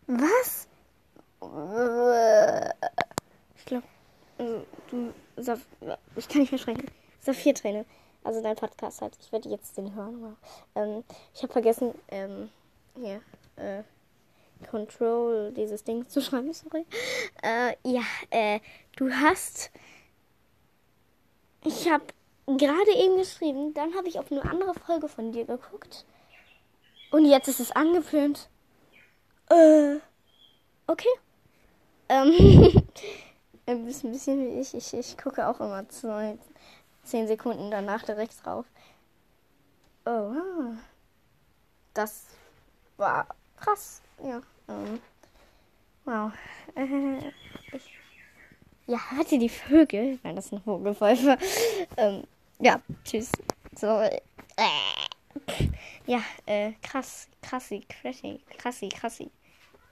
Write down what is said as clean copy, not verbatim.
Was? Ich glaube, ich kann nicht mehr sprechen. Saphir-Träne. Also dein Podcast halt. Ich werde jetzt den hören. Wow. Ich habe vergessen, hier, Control, dieses Ding zu schreiben, sorry. Du hast... Ich habe gerade eben geschrieben, dann habe ich auf eine andere Folge von dir geguckt. Und jetzt ist es angefilmt. Okay. Ein bisschen wie ich. Ich gucke auch immer 10 Sekunden danach direkt drauf. Oh, das war krass. Ja. Wow. Hört ihr die Vögel? Nein, das ist ein Vogelpfeife. Ja, tschüss. So. Ja, krassi.